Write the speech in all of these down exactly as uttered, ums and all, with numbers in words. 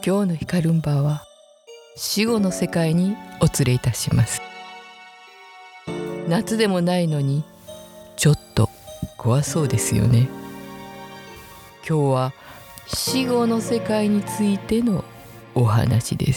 今日のヒカルンバは死後の世界にお連れいたします。夏でもないのにちょっと怖そうですよね。今日は死後の世界についてのお話です。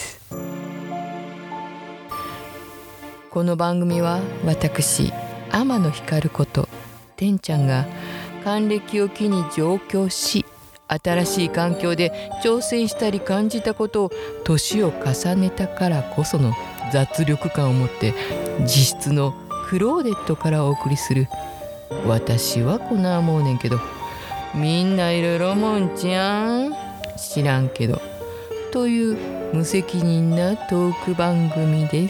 この番組は私天野ひかることてんちゃんが還暦を機に上京し、新しい環境で挑戦したり感じたことを年を重ねたからこその雑力感を持って実質のクローデットからお送りする、私はこんな思うねんけどみんないろいろ思うんちゃん知らんけどという無責任なトーク番組です。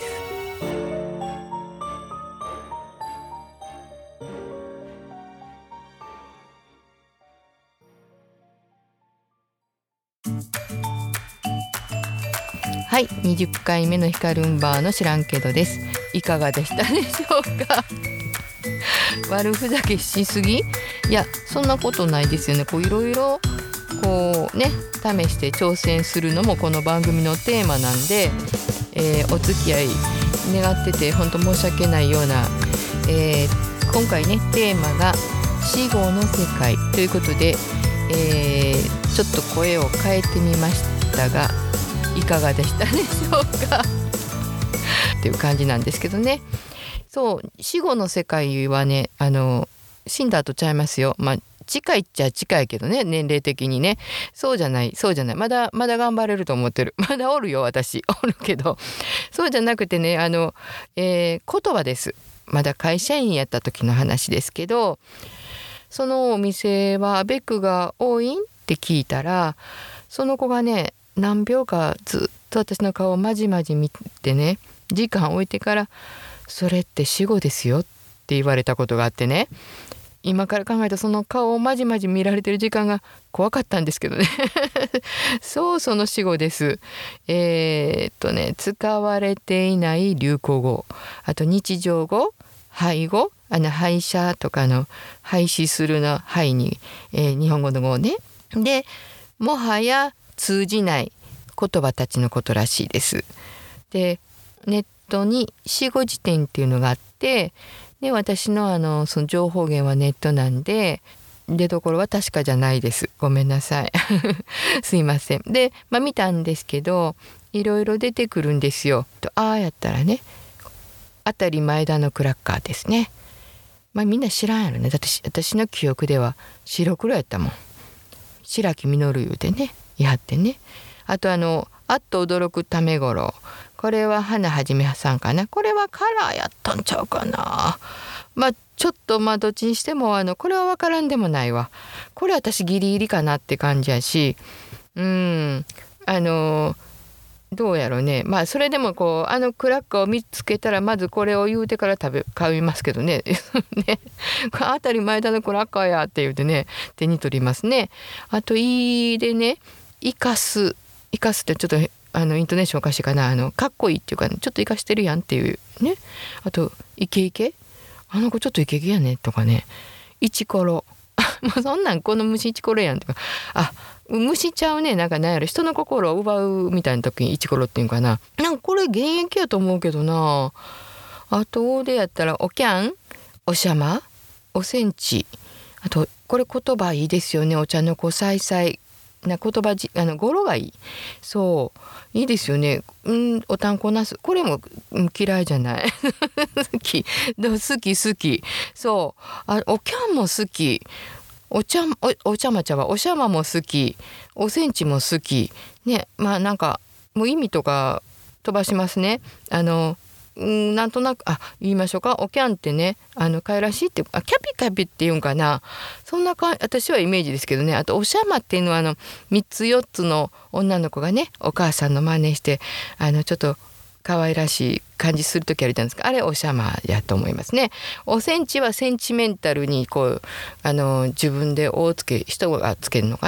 はい、にじゅっかいめのヒカルンバーの知らんけどです。いかがでしたでしょうか。悪ふざけしすぎ？いや、そんなことないですよね。こういろいろこうね試して挑戦するのもこの番組のテーマなんで、えー、お付き合い願ってて本当申し訳ないような、えー、今回ねテーマが死後の世界ということで、えー、ちょっと声を変えてみましたがいかがでしたでしょうかっていう感じなんですけどね。そう死後の世界はね、あの死んだ後ちゃいますよ。まあ近いっちゃ近いけどね、年齢的にね。そうじゃないそうじゃないまだまだ頑張れると思ってる。まだおるよ私おるけど、そうじゃなくてね、あの、えー、言葉です。まだ会社員やった時の話ですけど、そのお店はベックが多いんって聞いたら、その子がね何秒かずっと私の顔をまじまじ見てね、時間置いてからそれって死後ですよって言われたことがあってね、今から考えたその顔をまじまじ見られてる時間が怖かったんですけどねそうその死後です。えー、っとね使われていない流行語、あと日常語、廃語、あの廃車とかの廃止するの廃に、えー、日本語の語ね。でもはや通じない言葉たちのことらしいです。でネットに死後辞典っていうのがあって、で私のあのその情報源はネットなんで出どころは確かじゃないです。ごめんなさいすいません。で、まあ、見たんですけどいろいろ出てくるんですよ。とああやったらね、当たり前田のクラッカーですね。まあみんな知らんやろね。だって私の記憶では白黒やったもん。白木実言うてねやってね。あとあのあっと驚くためごろ、これは花はじめさんかな、これはカラーやったんちゃうかな。まあちょっとまあどっちにしてもあのこれは分からんでもないわ。これ私ギリギリかなって感じやし、うーんあのどうやろうね。まあそれでもこうあのクラッカーを見つけたらまずこれを言うてから食べ買いますけどねね、当たり前だのクラッカーやって言うてね手に取りますね。あといいでね、生かす生かすってちょっとあのイントネーションおかしいかな、あのかっこいいっていうか、ね、ちょっと生かしてるやんっていうね。あとイケイケ、あの子ちょっとイケイケやねとかね。イチコロもうそんなんこの虫イチコロやんとか、あ虫ちゃうね、なんかなんやろ人の心を奪うみたいな時にイチコロっていうんかな。なんかこれ現役やと思うけどな。あとでやったらおキャン、おしゃま、おセンチ、あとこれ言葉いいですよね。お茶の子さいさいな言葉じあの語呂がいい。そういいですよね。うんおたんこなす、これも、うん、嫌いじゃない好きでも好き好き。そうあおキャンも好き、お茶おお茶ま茶はおしゃまも好き、おせんちも好きね。まあなんかもう意味とか飛ばしますね。あのうんなんとなくあ言いましょうか。おキャンってねあの可愛らしいってあキャピキャピっていうんかな、そんなか私はイメージですけどね。あとおしゃまっていうのはあのみっつよっつの女の子がねお母さんの真似してあのちょっと可愛らしい感じする時あるじゃないですか。あれおしゃまやと思いますね。おセンチはセンチメンタルにこうあの自分で「お」をつけ人がつけるのかな。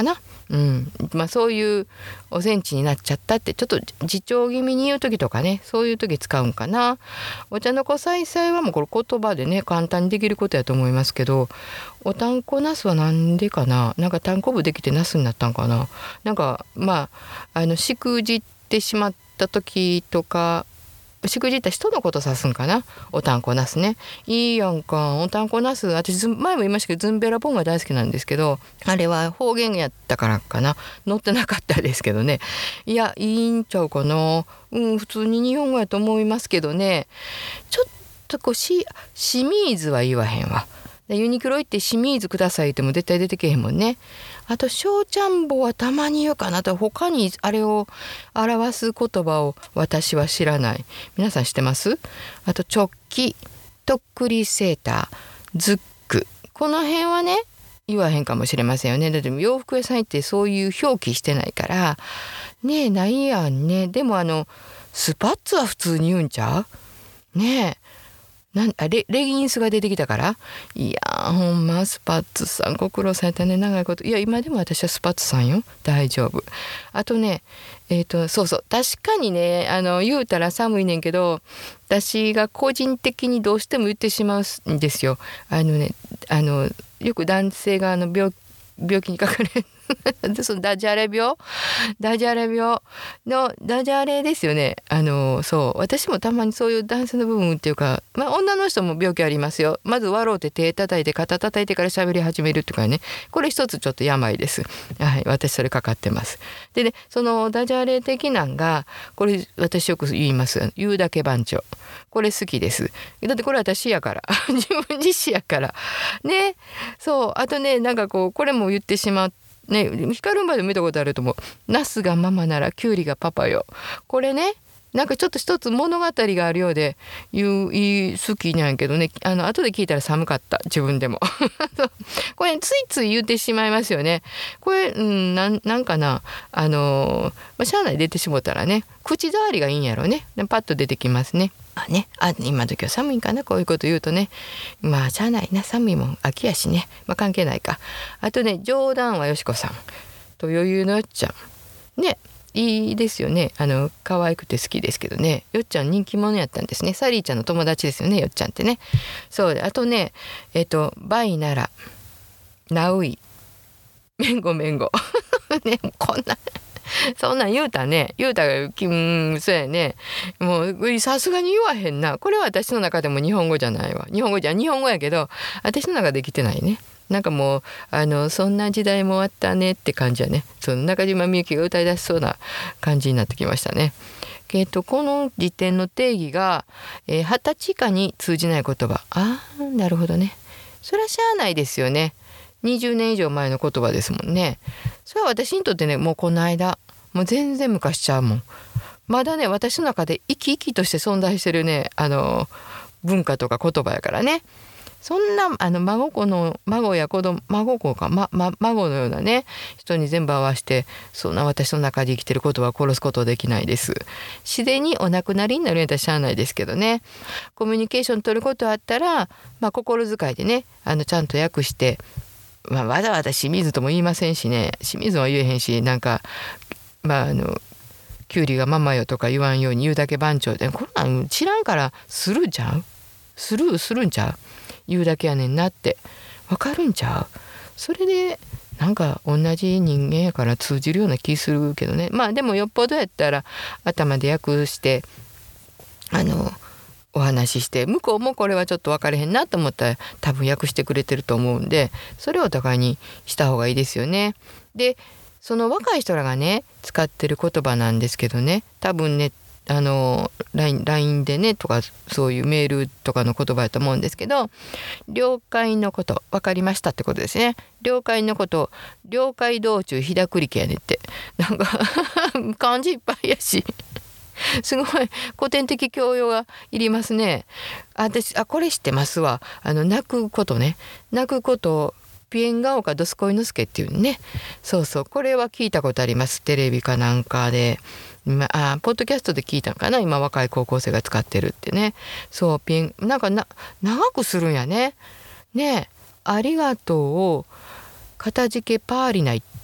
うんまあ、そういうおセンチになっちゃったってちょっと自重気味に言う時とかね、そういう時使うんかな。お茶の子さいさいはもうこれ言葉でね簡単にできることやと思いますけど、おたんこなすはなんでかな、なんか単行部できてなすになったんかな。なんかまああのしくじってしまった時とか、しくじった人のこと指すんかな。おたんこなすね、いいやんか。おたんこなす、私前も言いましたけどズンベラボンが大好きなんですけど、あれは方言やったからかな、載ってなかったですけどね。いやいいんちゃうかな。うん普通に日本語やと思いますけどね。ちょっとこうし清水は言わへんわ。ユニクロ行って清水くださいっても絶対出てけへんもんね。あと小ちゃんぼはたまに言うかなと。他にあれを表す言葉を私は知らない。皆さん知ってます？あと直帰、とっくりセーター、ズック、この辺はね言わへんかもしれませんよね。だって洋服屋さん行ってそういう表記してないからねえ、ないやんね。でもあのスパッツは普通に言うんちゃうねえ。なんあ レ, レギンスが出てきたから。いやーほんまスパッツさんご苦労されたね、長いこと。いや今でも私はスパッツさんよ、大丈夫。あとねえっ、ー、とそうそう、確かにねあの言うたら寒いねんけど、私が個人的にどうしても言ってしまうんですよ。あのねあのよく男性があの 病, 病気にかかれるそのダジャレ病ダジャレ病のダジャレですよね。あのそう私もたまにそういう男性の部分っていうか、まあ、女の人も病気ありますよ。まず笑うて手叩いて肩叩いてから喋り始めるっていうかね、これ一つちょっと病です。はい私それかかってます。でねそのダジャレ的なんがこれ私よく言います、言うだけ番長。これ好きです。だってこれ私やから自分自身やからね。そうあとねなんかこうこれも言ってしまってね、ヒカルンバでも見たことあると思う。ナスがママならキュウリがパパよ。これねなんかちょっと一つ物語があるようで言ういい好きなんやけどね、あの後で聞いたら寒かった自分でもこれついつい言ってしまいますよね。これ、うん、なん、なんかなあのー、まあ、車内出てしもたらね口触りがいいんやろうね。パッと出てきますね。あねあ今時は寒いんかな、こういうこと言うとね。まあ車内な、寒いもん秋やしね、まあ、関係ないか。あとね冗談はよしこさんと余裕のよっちゃんね、いいですよね。あの可愛くて好きですけどね、よっちゃん人気者やったんですね。サリーちゃんの友達ですよね、よっちゃんってね。そうであとねえっとバイならナウイめんごめんごねこんなそんなん言うたね言うたがうんそうやね。もうさすがに言わへんな。これは私の中でも日本語じゃないわ。日本語じゃ日本語やけど私の中できてないね。なんかもうあのそんな時代も終わったねって感じやね。その中島みゆきが歌い出しそうな感じになってきましたね。えっとこの時点の定義がえー、二十歳以下に通じない言葉。あーなるほどね。それはしゃあないですよね。にじゅうねん以上前の言葉ですもんね。それは私にとってねもうこの間もう全然昔ちゃうもん。まだね私の中で生き生きとして存在してるねあの文化とか言葉やからね。そんなあの孫子の孫や子供孫子か、まま、孫のようなね人に全部合わせてそんな私の中で生きてる言葉を殺すことはできないです。自然にお亡くなりになるんやったらしゃあないですけどね。コミュニケーション取ることあったら、まあ、心遣いでねあのちゃんと訳して、まあ、わざわざ清水とも言いませんしね、清水は言えへんし、なんかまああのキュウリがママよとか言わんように言うだけ番長でこんなん知らんからスルーちゃうスルーするんちゃう言うだけやねんなってわかるんちゃう。それでなんか同じ人間やから通じるような気するけどね。まあでもよっぽどやったら頭で訳してあのお話しして、向こうもこれはちょっと分かれへんなと思ったら多分訳してくれてると思うんで、それをお互いにした方がいいですよね。でその若い人らがね使ってる言葉なんですけどね、多分ねあの ライン, ラインでねとかそういうメールとかの言葉だと思うんですけど、了解のこと分かりましたってことですね。了解のこと了解道中ひだくりけやねって、なんか漢字いっぱいやしすごい古典的教養がいりますね。あ私あこれ知ってますわ。あの泣くことね、泣くことピエンガオカドスコイノスケっていうね、そうそうこれは聞いたことあります。テレビかなんかで今あポッドキャストで聞いたんかな、今若い高校生が使ってるってね。そうピンなんかな長くするんやね。ねえありがとうをかたじけパーリナイ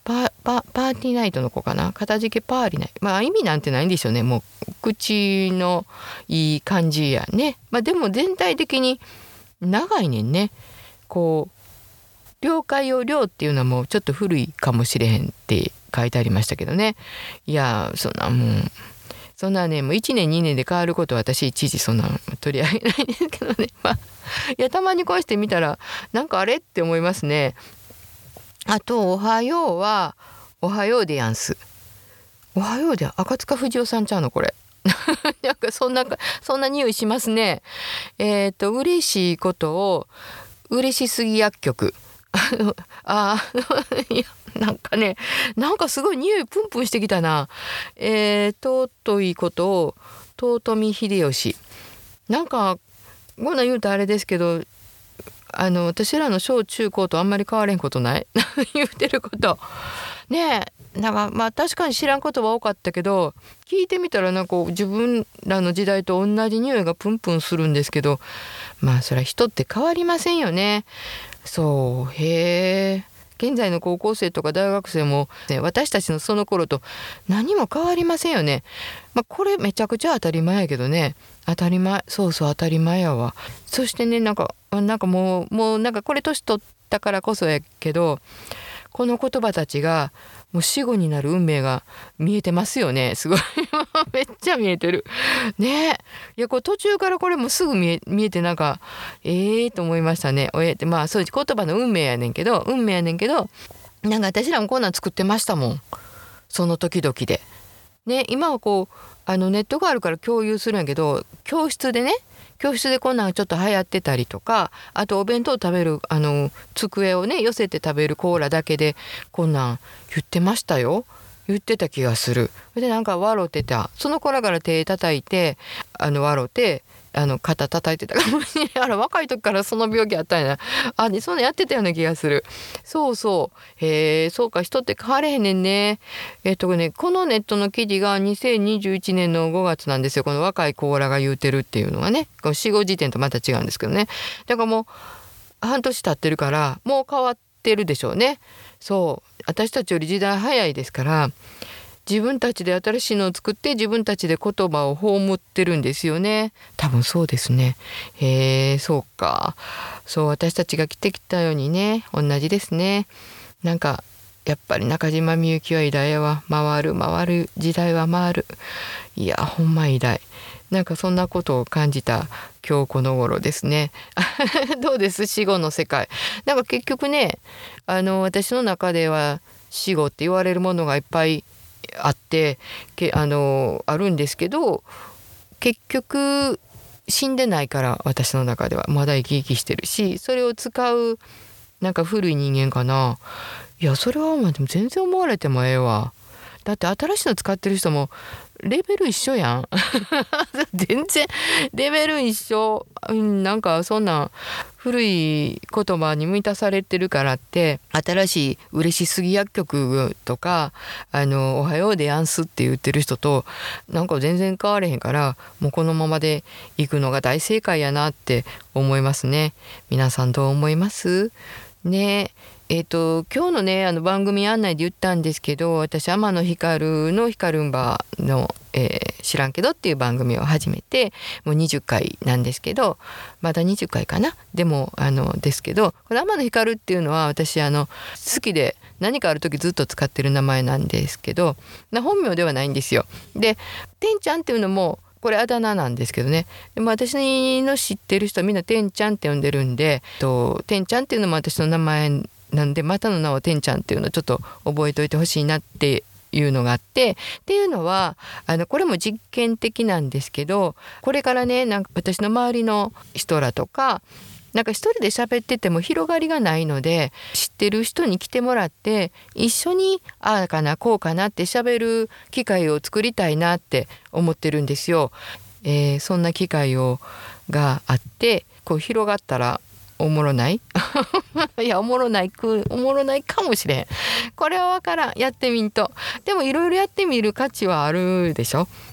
パパパーティーナイトの子かな、かたじけパーリナイト、まあ意味なんてないんでしょうね。もう口のいい感じやね。まあでも全体的に長いねんね。こう了解を了っていうのはもうちょっと古いかもしれへんって書いてありましたけどね。いやそんなもうそんなねもういちねんにねんで変わることは私一時そんな取り上げないんですけどね。まあいやたまにこうしてみたらなんかあれって思いますね。あとおはようはおはようでやんす。おはようで赤塚不二夫さんちゃうのこれ。なんかそんなそんな匂いしますね。えっと嬉しいことを嬉しすぎ薬局。ああいやなんかねなんかすごい匂いプンプンしてきたな。えー、尊いことを尊見秀吉。なんかこんなん言うとあれですけどあの私らの小中高とあんまり変われんことない言うてることねえ。なんかまあ確かに知らんことは多かったけど聞いてみたらなんか自分らの時代と同じ匂いがプンプンするんですけど、まあそれは人って変わりませんよね。そうへえ。現在の高校生とか大学生も、ね、私たちのその頃と何も変わりませんよね。まあ、これめちゃくちゃ当たり前やけどね。当たり前そうそう当たり前やわ。そしてねなんかなんかもうもうなんかこれ年取ったからこそやけどこの言葉たちがもう死後になる運命が見えてますよね。すごいめっちゃ見えてるね。いやこう途中からこれもすぐ見え、見えてなんかええー、と思いましたね。おえってまあそういう言葉の運命やねんけど運命やねんけどなんか私らもこんなん作ってましたもんその時々でね。今はこうあのネットがあるから共有するんやけど教室でね教室でこんなんちょっと流行ってたりとかあとお弁当食べるあの机をね寄せて食べるコーラだけでこんなん言ってましたよ。言ってた気がする。でなんか笑ってたその子らから手叩いてあの笑ってあの肩叩いてたかもしれない。あら若い時からその病気あったんやなあそんなやってたような気がする。そうそうへえそうか人って変われへんねんね。えっとねこのネットの記事がにせんにじゅういちねんのごがつなんですよ。この若いコーラが言うてるっていうのがねこの死後時点とまた違うんですけどね。だからもう半年経ってるからもう変わってるでしょうね。そう私たちより時代早いですから自分たちで新しいのを作って自分たちで言葉を葬ってるんですよね。多分そうですね。へえそうか。そう私たちが着てきたようにね同じですね。なんかやっぱり中島みゆきは偉大やわ。回る回る時代は回る。いやほんま偉大。なんかそんなことを感じた今日この頃ですね。どうです死後の世界。なんか結局ねあの私の中では死後って言われるものがいっぱいあってけあのあるんですけど結局死んでないから私の中ではまだ生き生きしてるしそれを使うなんか古い人間かな。いやそれはまあでも全然思われてもええわ。だって新しいの使ってる人もレベル一緒やん全然レベル一緒、うん、なんかそんな古い言葉に満たされてるからって新しい嬉しすぎ薬局とかあのおはようでやんすって言ってる人となんか全然変われへんからもうこのままでいくのが大正解やなって思いますね。皆さんどう思いますね。えーと、今日のねあの番組案内で言ったんですけど私天野ひかるのひかるんばの、えー、知らんけどっていう番組を始めてもうにじゅっかいなんですけどまだにじゅっかいかなでもあのですけどこの天野ひかるっていうのは私あの好きで何かある時ずっと使ってる名前なんですけど本名ではないんですよ。でてんちゃんっていうのもこれあだ名なんですけどね。でも私の知ってる人はみんなてんちゃんって呼んでるんでとてんちゃんっていうのも私の名前なんでまたの名はてんちゃんっていうのをちょっと覚えておいてほしいなっていうのがあってっていうのはあのこれも実験的なんですけどこれからねなんか私の周りの人らとかなんか一人で喋ってても広がりがないので知ってる人に来てもらって一緒にああかなこうかなって喋る機会を作りたいなって思ってるんですよ。えー、そんな機会をがあってこう広がったらおもろないいやおもろないくおもろないかもしれん。これはわからんやってみんと。でもいろいろやってみる価値はあるでしょ。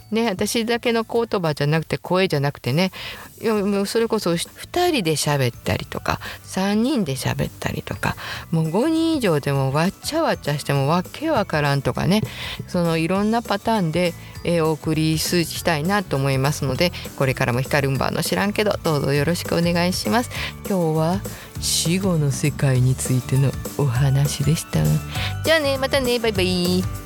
ね、私だけの言葉じゃなくて声じゃなくてね、いやもうそれこそふたりで喋ったりとかさんにんで喋ったりとか、もうごにん以上でもわっちゃわっちゃしてもわけわからんとかね、そのいろんなパターンで、えー、お送りしたいなと思いますので、これからもヒカルンバーの知らんけどどうぞよろしくお願いします。今日は死後の世界についてのお話でした。じゃあね、またね、バイバイ。